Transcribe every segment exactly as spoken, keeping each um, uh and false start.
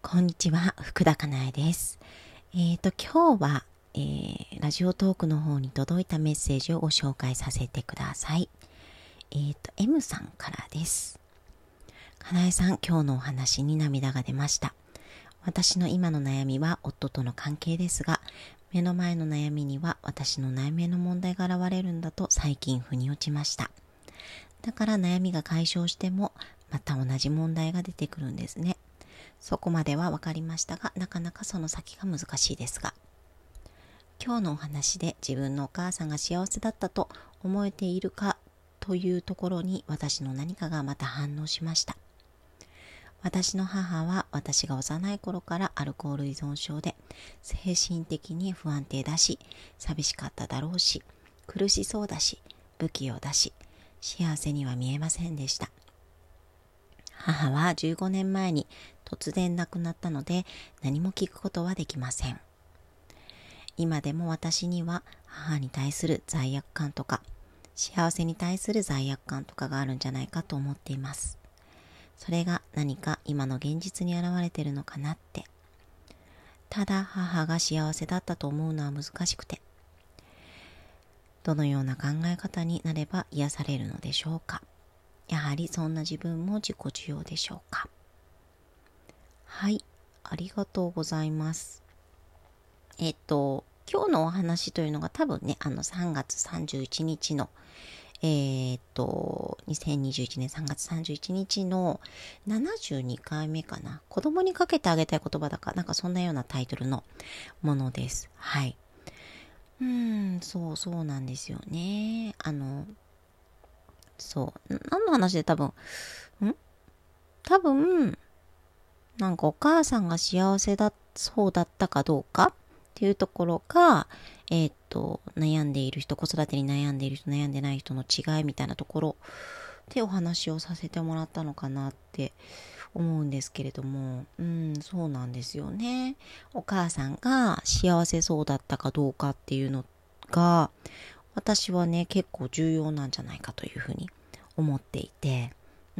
こんにちは、福田かなえです。えっ、と、今日は、えー、ラジオトークの方に届いたメッセージをご紹介させてください。えっ、と、M さんからです。かなえさん、今日のお話に涙が出ました。私の今の悩みは夫との関係ですが、目の前の悩みには私の内面の問題が現れるんだと最近腑に落ちました。だから悩みが解消しても、また同じ問題が出てくるんですね。そこまでは分かりましたが、なかなかその先が難しいですが、今日のお話で自分のお母さんが幸せだったと思えているかというところに私の何かがまた反応しました。私の母は私が幼い頃からアルコール依存症で精神的に不安定だし、寂しかっただろうし、苦しそうだし、不器用だし、幸せには見えませんでした。母はじゅうごねんまえに突然亡くなったので何も聞くことはできません。今でも私には母に対する罪悪感とか幸せに対する罪悪感とかがあるんじゃないかと思っています。それが何か今の現実に現れているのかなって。ただ母が幸せだったと思うのは難しくて、どのような考え方になれば癒されるのでしょうか。やはりそんな自分も自己需要でしょうか。はい、ありがとうございます。えっと、今日のお話というのが多分ね、あのさんがつさんじゅういちにちの、えー、っと、にせんにじゅういちねんさんがつさんじゅういちにちのななじゅうにかいめかな。子供にかけてあげたい言葉だか、なんかそんなようなタイトルのものです。はい。うーん、そうそうなんですよね。あの、そう、何の話で多分、ん多分、なんかお母さんが幸せだそうだったかどうかっていうところが、えー、っと、悩んでいる人、子育てに悩んでいる人、悩んでない人の違いみたいなところでお話をさせてもらったのかなって思うんですけれども、うん、そうなんですよね。お母さんが幸せそうだったかどうかっていうのが、私はね、結構重要なんじゃないかというふうに思っていて、うん、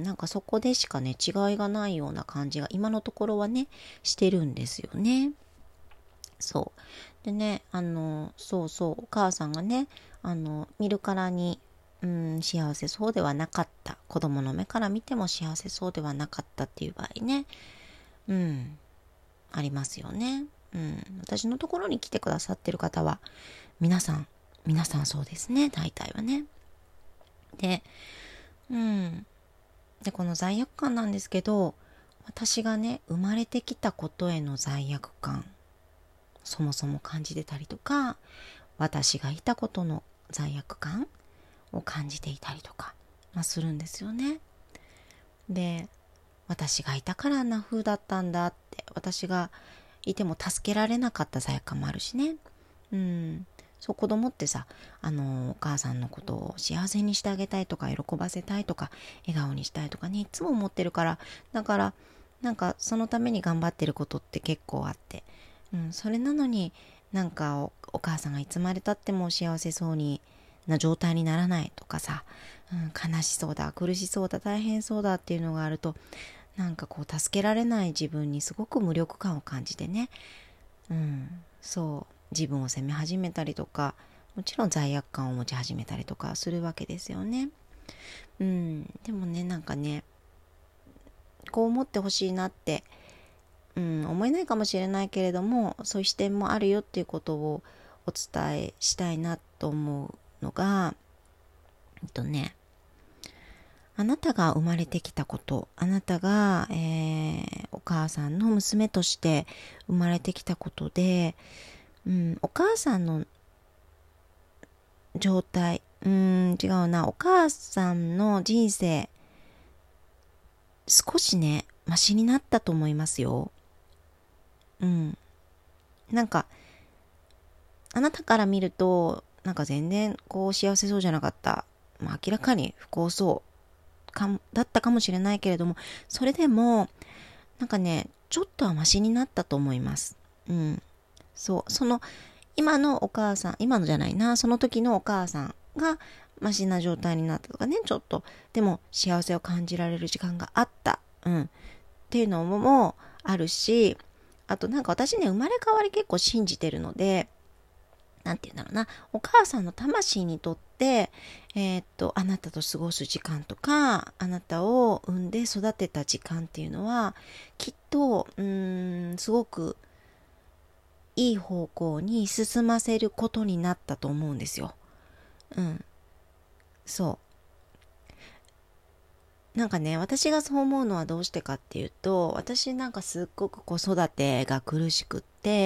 なんかそこでしかね、違いがないような感じが今のところはね、してるんですよね。そう。でね、あの、そうそう、お母さんがね、あの、見るからに、うん、幸せそうではなかった。子供の目から見ても幸せそうではなかったっていう場合ね、うん、ありますよね。うん、私のところに来てくださってる方は、皆さん、皆さんそうですね、大体はね。で、うん。で、この罪悪感なんですけど、私がね、生まれてきたことへの罪悪感、そもそも感じてたりとか、私がいたことの罪悪感を感じていたりとか、まあ、するんですよね。で、私がいたからあんな風だったんだって、私がいても助けられなかった罪悪感もあるしね。うん。そう、子供ってさ、あの、お母さんのことを幸せにしてあげたいとか、喜ばせたいとか、笑顔にしたいとかね、いつも思ってるから、だから、なんか、そのために頑張ってることって結構あって、うん、それなのになんかお、お母さんがいつまでたっても幸せそうにな状態にならないとかさ、うん、悲しそうだ、苦しそうだ、大変そうだっていうのがあると、なんかこう、助けられない自分にすごく無力感を感じてね、うん、そう自分を責め始めたりとか、もちろん罪悪感を持ち始めたりとかするわけですよね。うん、でもね、なんかね、こう思ってほしいなって、うん、思えないかもしれないけれども、そういう視点もあるよっていうことをお伝えしたいなと思うのが、えっとね、あなたが生まれてきたこと、あなたが、えー、お母さんの娘として生まれてきたことで、うん、お母さんの状態、うん、違うな、お母さんの人生、少しね、マシになったと思いますよ。うん。なんか、あなたから見ると、なんか全然こう幸せそうじゃなかった。まあ明らかに不幸そうかだったかもしれないけれども、それでも、なんかね、ちょっとはマシになったと思います。うん。そう。その、今のお母さん、今のじゃないな、その時のお母さんがマシな状態になったとかね、ちょっと、でも幸せを感じられる時間があった。うん。っていうのもあるし、あとなんか私ね、生まれ変わり結構信じてるので、なんて言うんだろうな、お母さんの魂にとって、えーっと、あなたと過ごす時間とか、あなたを産んで育てた時間っていうのは、きっと、うーん、すごくいい方向に進ませることになったと思うんですよ。うん。そう。なんかね、私がそう思うのはどうしてかっていうと、私なんかすっごく子育てが苦しくって、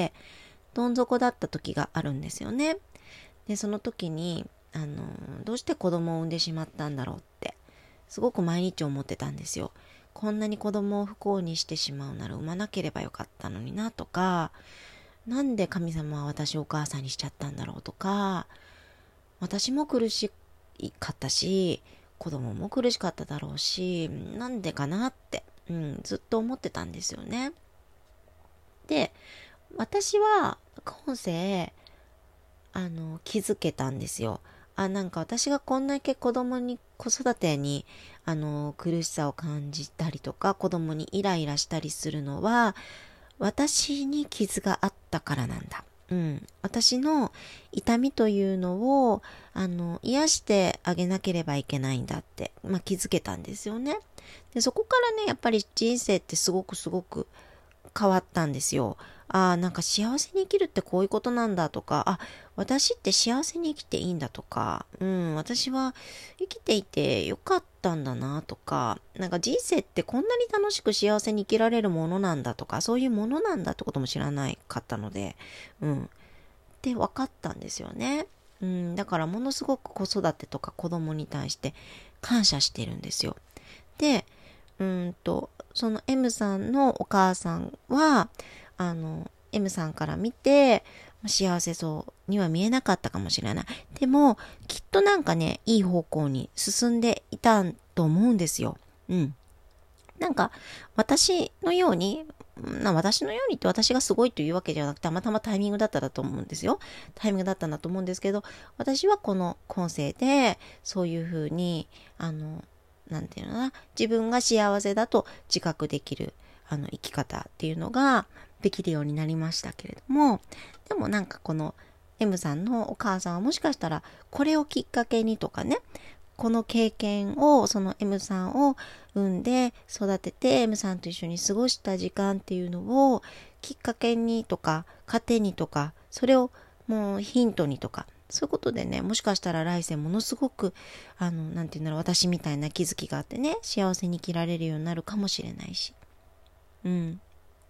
どん底だった時があるんですよね。で、その時に、あの、どうして子供を産んでしまったんだろうって、すごく毎日思ってたんですよ。こんなに子供を不幸にしてしまうなら産まなければよかったのになとか、なんで神様は私をお母さんにしちゃったんだろうとか、私も苦しかったし、子供も苦しかっただろうし、なんでかなって、うん、ずっと思ってたんですよね。で、私は今世、あの、気づけたんですよ。あ、なんか私がこんだけ子供に、子育てに、あの、苦しさを感じたりとか、子供にイライラしたりするのは、私に傷があったからなんだ。うん。私の痛みというのを、あの、癒してあげなければいけないんだって、まあ、気づけたんですよね。で、そこからね、やっぱり人生ってすごくすごく変わったんですよ。ああ、なんか幸せに生きるってこういうことなんだとか、あ、私って幸せに生きていいんだとか、うん、私は生きていてよかったんだなとか、なんか人生ってこんなに楽しく幸せに生きられるものなんだとか、そういうものなんだってことも知らないかったので、うん、って分かったんですよね。うん、だからものすごく子育てとか子供に対して感謝してるんですよ。で、うんと、その M さんのお母さんは、あの、M さんから見て、幸せそうには見えなかったかもしれない。でも、きっとなんかね、いい方向に進んでいたと思うんですよ。うん。なんか、私のように、な私のようにって私がすごいというわけじゃなくて、たまたまタイミングだったんだと思うんですよ。タイミングだったんだと思うんですけど、私はこの今世で、そういうふうに、あの、なんていうのかな、自分が幸せだと自覚できる、あの、生き方っていうのができるようになりましたけれども、でもなんかこの M さんのお母さんはもしかしたら、これをきっかけにとかね、この経験を、その M さんを産んで育てて M さんと一緒に過ごした時間っていうのをきっかけにとか、糧にとか、それをもうヒントにとか、そういうことでね、もしかしたら来世ものすごく、あの、なんていうんだろう、私みたいな気づきがあってね、幸せに生きられるようになるかもしれないし。うん。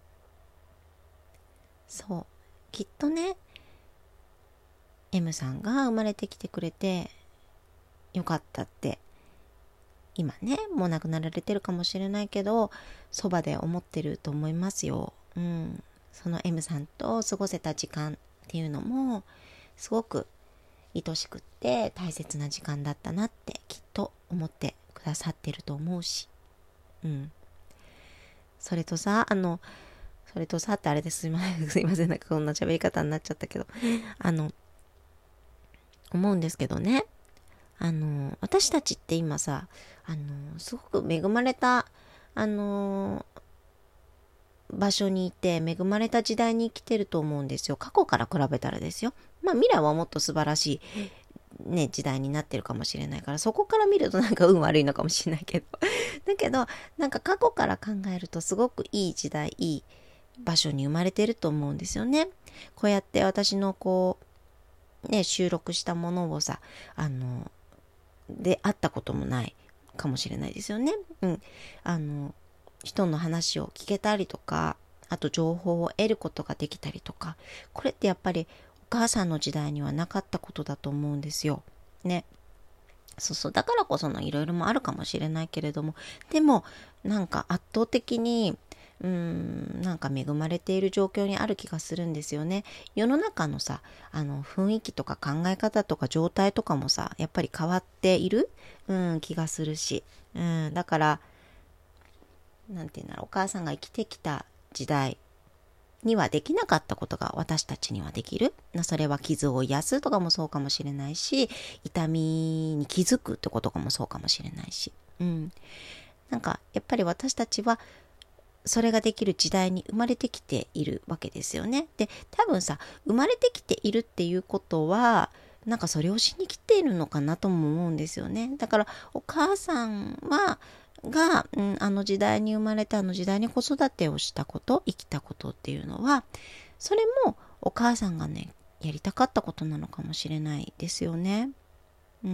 そう。きっとね、M さんが生まれてきてくれてよかったって今ね、もう亡くなられてるかもしれないけど、そばで思ってると思いますよ。うん。その M さんと過ごせた時間っていうのも、すごく愛しくって大切な時間だったなってきっと思ってくださってると思うし。うん。それとさ、あの、それとさってあれですいません、すいません、なんかこんな喋り方になっちゃったけど、あの、思うんですけどね。あの、私たちって今さ、あの、すごく恵まれた、あの、場所にいて、恵まれた時代に生きてると思うんですよ。過去から比べたらですよ。まあ未来はもっと素晴らしい、ね、時代になってるかもしれないから、そこから見るとなんか運悪いのかもしれないけど。だけど、なんか過去から考えるとすごくいい時代、いい場所に生まれてると思うんですよね。こうやって私のこう、ね、収録したものをさ、あの、で会ったこともないかもしれないですよね。うん。あの、人の話を聞けたりとか、あと情報を得ることができたりとか、これってやっぱりお母さんの時代にはなかったことだと思うんですよ。ね。そうそう。だからこそのいろいろもあるかもしれないけれども、でもなんか圧倒的にうーん、なんか恵まれている状況にある気がするんですよね。世の中のさ、あの雰囲気とか考え方とか状態とかもさ、やっぱり変わっている、うん、気がするし、うん、だから、なんていうんだろう、お母さんが生きてきた時代にはできなかったことが私たちにはできる。それは傷を癒すとかもそうかもしれないし、痛みに気づくってことかもそうかもしれないし、うん、なんかやっぱり私たちはそれができる時代に生まれてきているわけですよね。で、多分さ、生まれてきているっていうことは、なんかそれをしに来ているのかなとも思うんですよね。だからお母さんは、が、うん、あの時代に生まれてあの時代に子育てをしたこと、生きたことっていうのは、それもお母さんがね、やりたかったことなのかもしれないですよね。うん、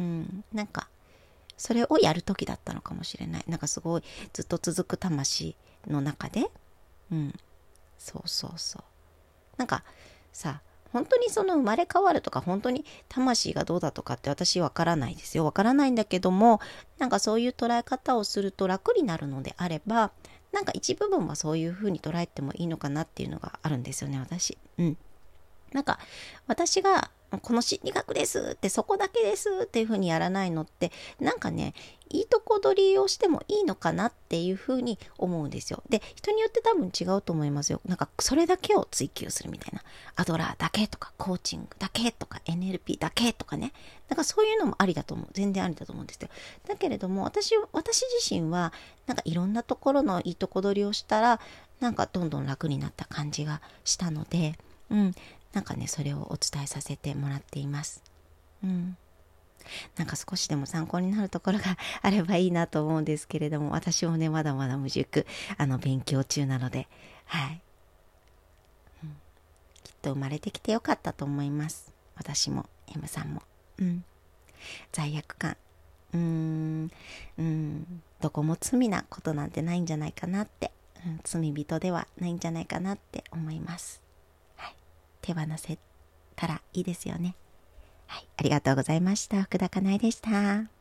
なんか、それをやる時だったのかもしれない。なんかすごいずっと続く魂の中で、うん、そうそうそう。なんかさ、本当にその生まれ変わるとか、本当に魂がどうだとかって私わからないですよ。わからないんだけども、なんかそういう捉え方をすると楽になるのであれば、なんか一部分はそういう風に捉えてもいいのかなっていうのがあるんですよね、私。うん。なんか私がこの心理学ですってそこだけですっていう風にやらないのってなんかねいいとこ取りをしてもいいのかなっていう風に思うんですよ。で人によって多分違うと思いますよ。なんかそれだけを追求するみたいな、アドラーだけとかコーチングだけとか エヌエルピー だけとかね、なんかそういうのもありだと思う。全然ありだと思うんですよ。だけれども私私自身はなんかいろんなところのいいとこ取りをしたらなんかどんどん楽になった感じがしたので、うん、なんかねそれをお伝えさせてもらっています。うん、なんか少しでも参考になるところがあればいいなと思うんですけれども、私もねまだまだ無熟あの勉強中なので、はい、うん、きっと生まれてきてよかったと思います。私も M さんも、うん、罪悪感、うーん、うん、どこも罪なことなんてないんじゃないかなって、うん、罪人ではないんじゃないかなって思います。手放せたらいいですよね。はい、ありがとうございました。福田かなえでした。